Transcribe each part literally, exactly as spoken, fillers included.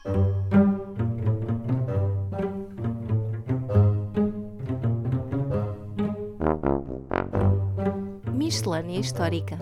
Miscelânea Histórica.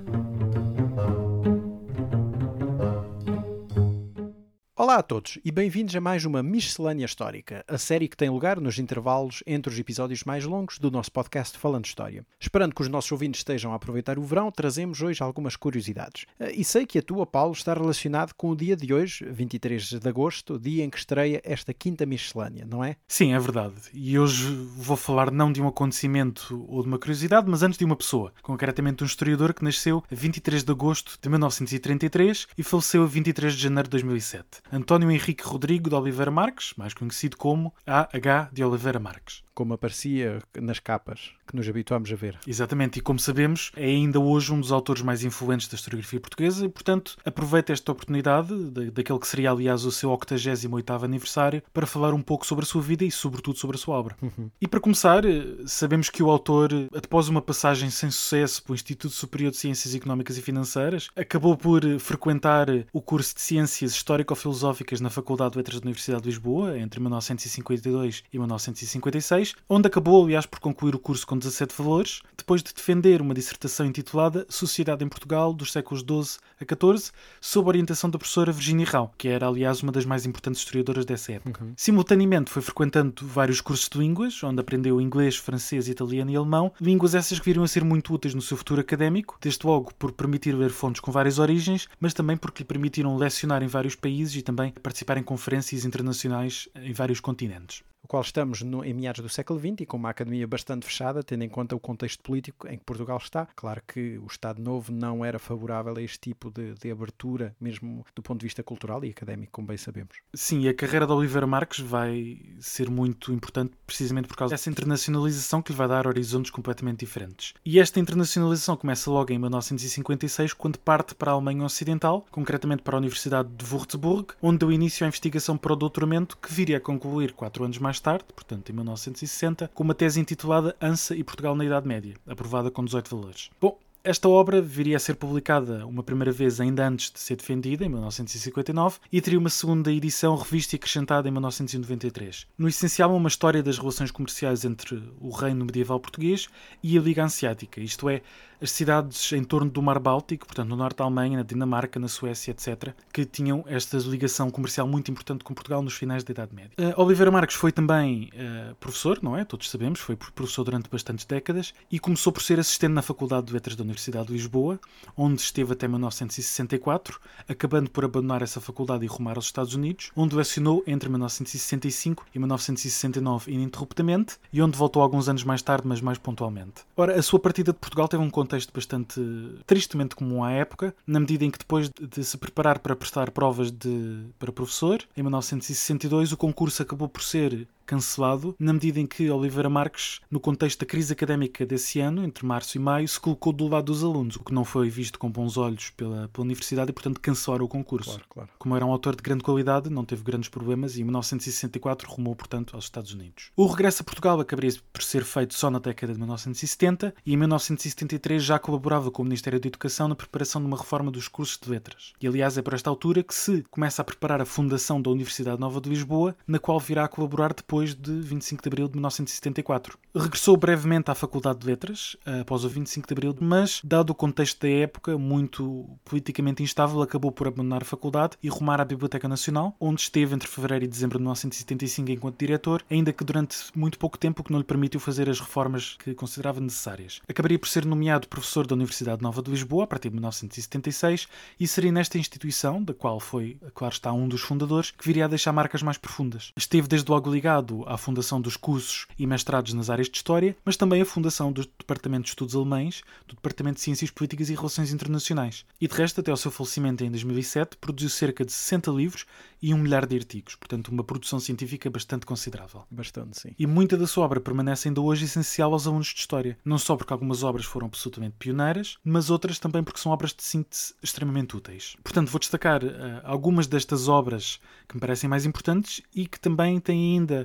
Olá a todos e bem-vindos a mais uma Miscelânea Histórica, a série que tem lugar nos intervalos entre os episódios mais longos do nosso podcast Falando História. Esperando que os nossos ouvintes estejam a aproveitar o verão, trazemos hoje algumas curiosidades. E sei que a tua, Paulo, está relacionado com o dia de hoje, vinte e três de agosto, dia em que estreia esta quinta Miscelânea, não é? Sim, é verdade. E hoje vou falar não de um acontecimento ou de uma curiosidade, mas antes de uma pessoa, concretamente um historiador que nasceu a vinte e três de agosto de mil novecentos e trinta e três e faleceu a vinte e três de janeiro de dois mil e sete. António Henrique Rodrigo de Oliveira Marques, mais conhecido como A H de Oliveira Marques. Como aparecia nas capas que nos habituámos a ver. Exatamente, e como sabemos, é ainda hoje um dos autores mais influentes da historiografia portuguesa e, portanto, aproveita esta oportunidade, daquele que seria, aliás, o seu octogésimo oitavo aniversário, para falar um pouco sobre a sua vida e, sobretudo, sobre a sua obra. Uhum. E, para começar, sabemos que o autor, após uma passagem sem sucesso pelo Instituto Superior de Ciências Económicas e Financeiras, acabou por frequentar o curso de Ciências Histórico-Filosóficas na Faculdade de Letras da Universidade de Lisboa, entre mil novecentos e cinquenta e dois e mil novecentos e cinquenta e seis, onde acabou, aliás, por concluir o curso com dezassete valores, depois de defender uma dissertação intitulada Sociedade em Portugal dos séculos doze a catorze, sob a orientação da professora Virginia Rao, que era, aliás, uma das mais importantes historiadoras dessa época. Uhum. Simultaneamente foi frequentando vários cursos de línguas, onde aprendeu inglês, francês, italiano e alemão, línguas essas que viriam a ser muito úteis no seu futuro académico, desde logo por permitir ler fontes com várias origens, mas também porque lhe permitiram lecionar em vários países e também participar em conferências internacionais em vários continentes. O qual estamos no, em meados do século vinte e com uma academia bastante fechada, tendo em conta o contexto político em que Portugal está. Claro que o Estado Novo não era favorável a este tipo de, de abertura, mesmo do ponto de vista cultural e académico, como bem sabemos. Sim, e a carreira de Oliveira Marques vai ser muito importante precisamente por causa dessa internacionalização que lhe vai dar horizontes completamente diferentes. E esta internacionalização começa logo em mil novecentos e cinquenta e seis, quando parte para a Alemanha Ocidental, concretamente para a Universidade de Würzburg, onde deu início à investigação para o doutoramento, que viria a concluir quatro anos mais tarde, portanto em mil novecentos e sessenta, com uma tese intitulada Hansa e Portugal na Idade Média, aprovada com dezoito valores. Bom, esta obra viria a ser publicada uma primeira vez ainda antes de ser defendida, em mil novecentos e cinquenta e nove, e teria uma segunda edição revista e acrescentada em mil novecentos e noventa e três. No essencial, é uma história das relações comerciais entre o reino medieval português e a Liga Hanseática, isto é, as cidades em torno do Mar Báltico, portanto no norte da Alemanha, na Dinamarca, na Suécia, etcétera, que tinham esta ligação comercial muito importante com Portugal nos finais da Idade Média. Uh, Oliveira Marques foi também uh, professor, não é? Todos sabemos, foi professor durante bastantes décadas e começou por ser assistente na Faculdade de Letras da Universidade de Lisboa, onde esteve até mil novecentos e sessenta e quatro, acabando por abandonar essa faculdade e rumar aos Estados Unidos, onde lecionou entre mil novecentos e sessenta e cinco e mil novecentos e sessenta e nove ininterruptamente, e onde voltou alguns anos mais tarde, mas mais pontualmente. Ora, a sua partida de Portugal teve um contexto bastante tristemente comum à época, na medida em que depois de se preparar para prestar provas de, para professor, em mil novecentos e sessenta e dois o concurso acabou por ser cancelado, na medida em que Oliveira Marques, no contexto da crise académica desse ano, entre março e maio, se colocou do lado dos alunos, o que não foi visto com bons olhos pela, pela universidade e, portanto, cancelaram o concurso. Claro, claro. Como era um autor de grande qualidade, não teve grandes problemas e em mil novecentos e sessenta e quatro rumou, portanto, aos Estados Unidos. O regresso a Portugal acabaria por ser feito só na década de mil novecentos e setenta e em mil novecentos e setenta e três já colaborava com o Ministério da Educação na preparação de uma reforma dos cursos de letras. E, aliás, é por esta altura que se começa a preparar a fundação da Universidade Nova de Lisboa, na qual virá a colaborar depois de vinte e cinco de abril de mil novecentos e setenta e quatro. Regressou brevemente à Faculdade de Letras, após o vinte e cinco de abril, mas, dado o contexto da época, muito politicamente instável, acabou por abandonar a faculdade e rumar à Biblioteca Nacional, onde esteve entre fevereiro e dezembro de mil novecentos e setenta e cinco enquanto diretor, ainda que durante muito pouco tempo, o que não lhe permitiu fazer as reformas que considerava necessárias. Acabaria por ser nomeado professor da Universidade Nova de Lisboa, a partir de mil novecentos e setenta e seis, e seria nesta instituição, da qual foi, claro está, um dos fundadores, que viria a deixar marcas mais profundas. Esteve desde logo ligado à fundação dos cursos e mestrados nas áreas de História, mas também a fundação do Departamento de Estudos Alemães, do Departamento de Ciências Políticas e Relações Internacionais. E de resto, até ao seu falecimento em dois mil e sete, produziu cerca de sessenta livros e um milhar de artigos, portanto uma produção científica bastante considerável. Bastante, sim. E muita da sua obra permanece ainda hoje essencial aos alunos de História, não só porque algumas obras foram absolutamente pioneiras, mas outras também porque são obras de síntese extremamente úteis. Portanto, vou destacar uh, algumas destas obras que me parecem mais importantes e que também têm ainda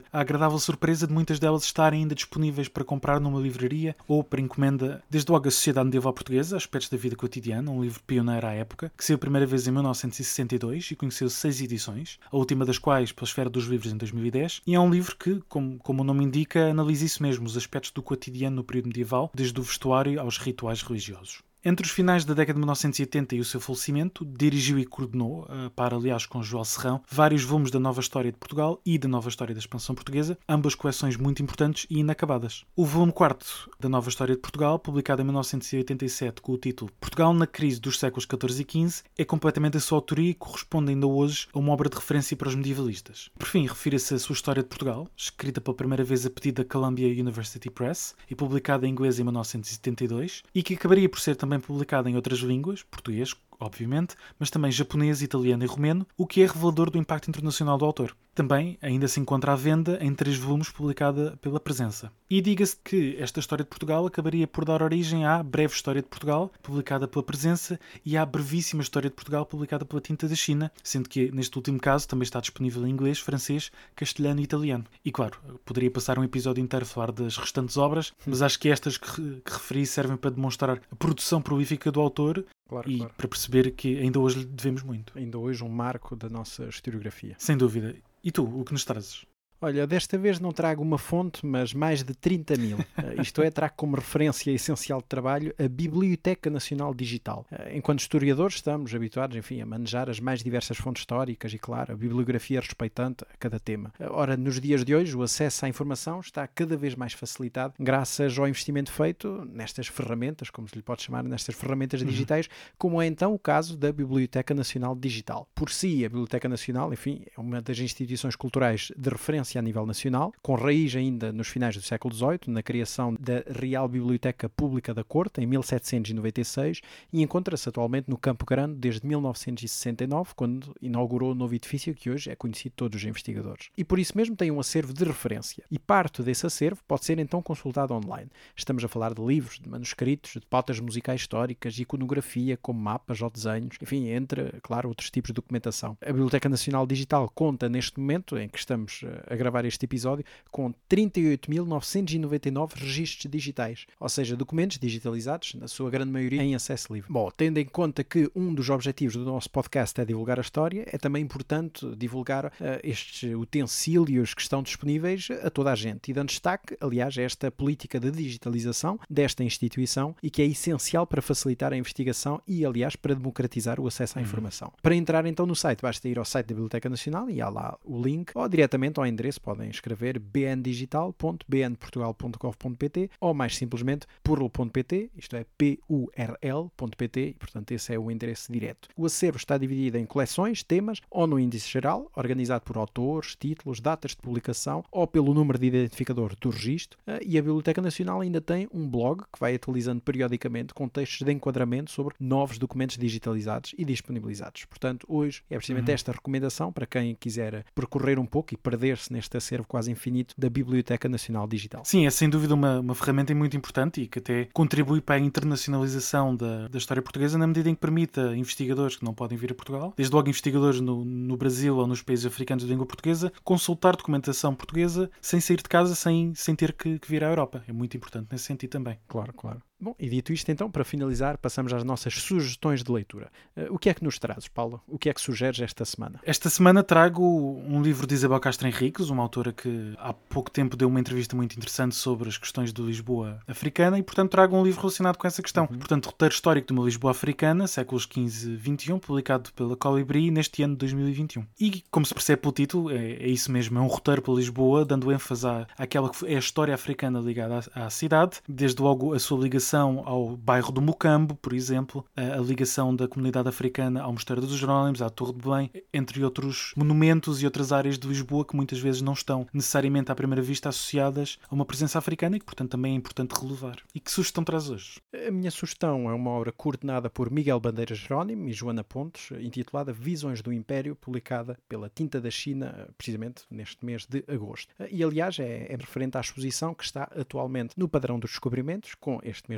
a agradável surpresa de muitas delas estarem ainda disponíveis para comprar numa livraria ou para encomenda. Desde logo a Sociedade Medieval Portuguesa, Aspectos da Vida Cotidiana, um livro pioneiro à época, que saiu a primeira vez em mil novecentos e sessenta e dois e conheceu seis edições, a última das quais pela Esfera dos Livros em dois mil e dez, e é um livro que, como, como o nome indica, analisa isso mesmo, os aspectos do cotidiano no período medieval, desde o vestuário aos rituais religiosos. Entre os finais da década de mil novecentos e oitenta e o seu falecimento, dirigiu e coordenou, a par aliás com João Serrão, vários volumes da Nova História de Portugal e da Nova História da Expansão Portuguesa, ambas coleções muito importantes e inacabadas. O volume quarto da Nova História de Portugal, publicado em mil novecentos e oitenta e sete com o título Portugal na Crise dos séculos catorze e quinze, é completamente a sua autoria e corresponde ainda hoje a uma obra de referência para os medievalistas. Por fim, refira-se à sua História de Portugal, escrita pela primeira vez a pedido da Columbia University Press e publicada em inglês em mil novecentos e setenta e dois, e que acabaria por ser também publicada em outras línguas, português, obviamente, mas também japonês, italiano e romeno, o que é revelador do impacto internacional do autor. Também ainda se encontra à venda em três volumes publicada pela Presença. E diga-se que esta História de Portugal acabaria por dar origem à Breve História de Portugal, publicada pela Presença, e à Brevíssima História de Portugal, publicada pela Tinta da China, sendo que neste último caso também está disponível em inglês, francês, castelhano e italiano. E claro, poderia passar um episódio inteiro a falar das restantes obras, mas acho que estas que, que referi servem para demonstrar a produção prolífica do autor. Claro, e claro. Para perceber que ainda hoje lhe devemos muito. Ainda hoje um marco da nossa historiografia. Sem dúvida. E tu, o que nos trazes? Olha, desta vez não trago uma fonte, mas mais de trinta mil. Uh, isto é, trago como referência essencial de trabalho a Biblioteca Nacional Digital. Uh, enquanto historiadores estamos habituados, enfim, a manejar as mais diversas fontes históricas e, claro, a bibliografia respeitante a cada tema. Uh, ora, nos dias de hoje, o acesso à informação está cada vez mais facilitado graças ao investimento feito nestas ferramentas, como se lhe pode chamar, nestas ferramentas digitais, uhum. como é então o caso da Biblioteca Nacional Digital. Por si, a Biblioteca Nacional, enfim, é uma das instituições culturais de referência a nível nacional, com raiz ainda nos finais do século dezoito, na criação da Real Biblioteca Pública da Corte, em mil setecentos e noventa e seis, e encontra-se atualmente no Campo Grande desde mil novecentos e sessenta e nove, quando inaugurou o novo edifício que hoje é conhecido de todos os investigadores. E por isso mesmo tem um acervo de referência. E parte desse acervo pode ser então consultado online. Estamos a falar de livros, de manuscritos, de pautas musicais históricas, de iconografia, como mapas ou desenhos, enfim, entre, claro, outros tipos de documentação. A Biblioteca Nacional Digital conta neste momento, em que estamos a gravar este episódio, com trinta e oito mil novecentos e noventa e nove registros digitais, ou seja, documentos digitalizados, na sua grande maioria em acesso livre. Bom, tendo em conta que um dos objetivos do nosso podcast é divulgar a história, é também importante divulgar uh, estes utensílios que estão disponíveis a toda a gente, e dando destaque, aliás, a esta política de digitalização desta instituição e que é essencial para facilitar a investigação e, aliás, para democratizar o acesso à informação. Uhum. Para entrar então no site, basta ir ao site da Biblioteca Nacional e há lá o link, ou diretamente ao endereço podem escrever b n digital ponto b n portugal ponto gov ponto p t ou mais simplesmente purl ponto p t, isto é p u r l ponto p t, e portanto esse é o endereço direto. O acervo está dividido em coleções, temas ou no índice geral, organizado por autores, títulos, datas de publicação ou pelo número de identificador do registro, e a Biblioteca Nacional ainda tem um blog que vai atualizando periodicamente com textos de enquadramento sobre novos documentos digitalizados e disponibilizados. Portanto, hoje é precisamente uhum. esta recomendação para quem quiser percorrer um pouco e perder-se neste acervo quase infinito da Biblioteca Nacional Digital. Sim, é sem dúvida uma, uma ferramenta muito importante e que até contribui para a internacionalização da, da história portuguesa na medida em que permite a investigadores que não podem vir a Portugal, desde logo investigadores no, no Brasil ou nos países africanos de língua portuguesa, consultar documentação portuguesa sem sair de casa, sem, sem ter que, que vir à Europa. É muito importante nesse sentido também. Claro, claro. Bom, e dito isto então, para finalizar, passamos às nossas sugestões de leitura. Uh, o que é que nos trazes, Paulo? O que é que sugeres esta semana? Esta semana trago um livro de Isabel Castro Henriques, uma autora que há pouco tempo deu uma entrevista muito interessante sobre as questões de Lisboa africana e, portanto, trago um livro relacionado com essa questão. Uhum. Portanto, Roteiro Histórico de uma Lisboa Africana, séculos quinze a vinte e um, publicado pela Colibri neste ano de dois mil e vinte e um. E, como se percebe pelo título, é, é isso mesmo, é um roteiro para Lisboa, dando ênfase à, àquela que é a história africana ligada à, à cidade, desde logo a sua ligação ao bairro do Mocambo, por exemplo, a, a ligação da comunidade africana ao Mosteiro dos Jerónimos, à Torre de Belém, entre outros monumentos e outras áreas de Lisboa que muitas vezes não estão necessariamente à primeira vista associadas a uma presença africana e que, portanto, também é importante relevar. E que sugestão traz hoje? A minha sugestão é uma obra coordenada por Miguel Bandeira Jerónimo e Joana Pontes, intitulada Visões do Império, publicada pela Tinta da China, precisamente neste mês de agosto. E, aliás, é, é referente à exposição que está atualmente no Padrão dos Descobrimentos, com este mês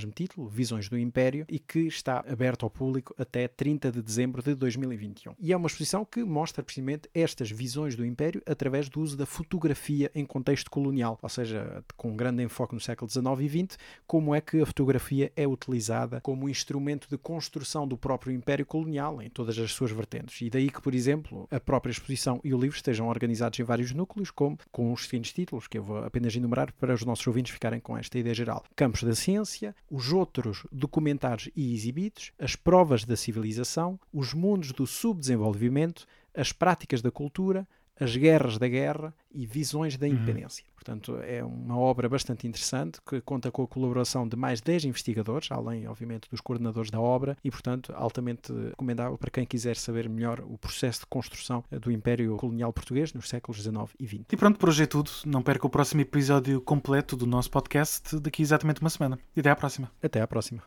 mesmo título, Visões do Império, e que está aberto ao público até trinta de dezembro de dois mil e vinte e um. E é uma exposição que mostra precisamente estas visões do Império através do uso da fotografia em contexto colonial, ou seja, com um grande enfoque no século dezenove e vinte, como é que a fotografia é utilizada como instrumento de construção do próprio Império colonial em todas as suas vertentes. E daí que, por exemplo, a própria exposição e o livro estejam organizados em vários núcleos, como com os seguintes títulos, que eu vou apenas enumerar para os nossos ouvintes ficarem com esta ideia geral: Campos da Ciência, os outros documentados e exibidos, as provas da civilização, os mundos do subdesenvolvimento, as práticas da cultura, as guerras da guerra e visões da independência. Uhum. Portanto, é uma obra bastante interessante que conta com a colaboração de mais dez investigadores, além, obviamente, dos coordenadores da obra e, portanto, altamente recomendável para quem quiser saber melhor o processo de construção do Império Colonial Português nos séculos dezanove e vinte. E pronto, por hoje é tudo. Não perca o próximo episódio completo do nosso podcast daqui exatamente uma semana. E até à próxima. Até à próxima.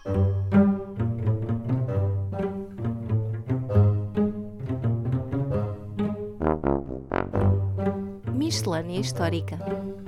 Miscelânea Histórica.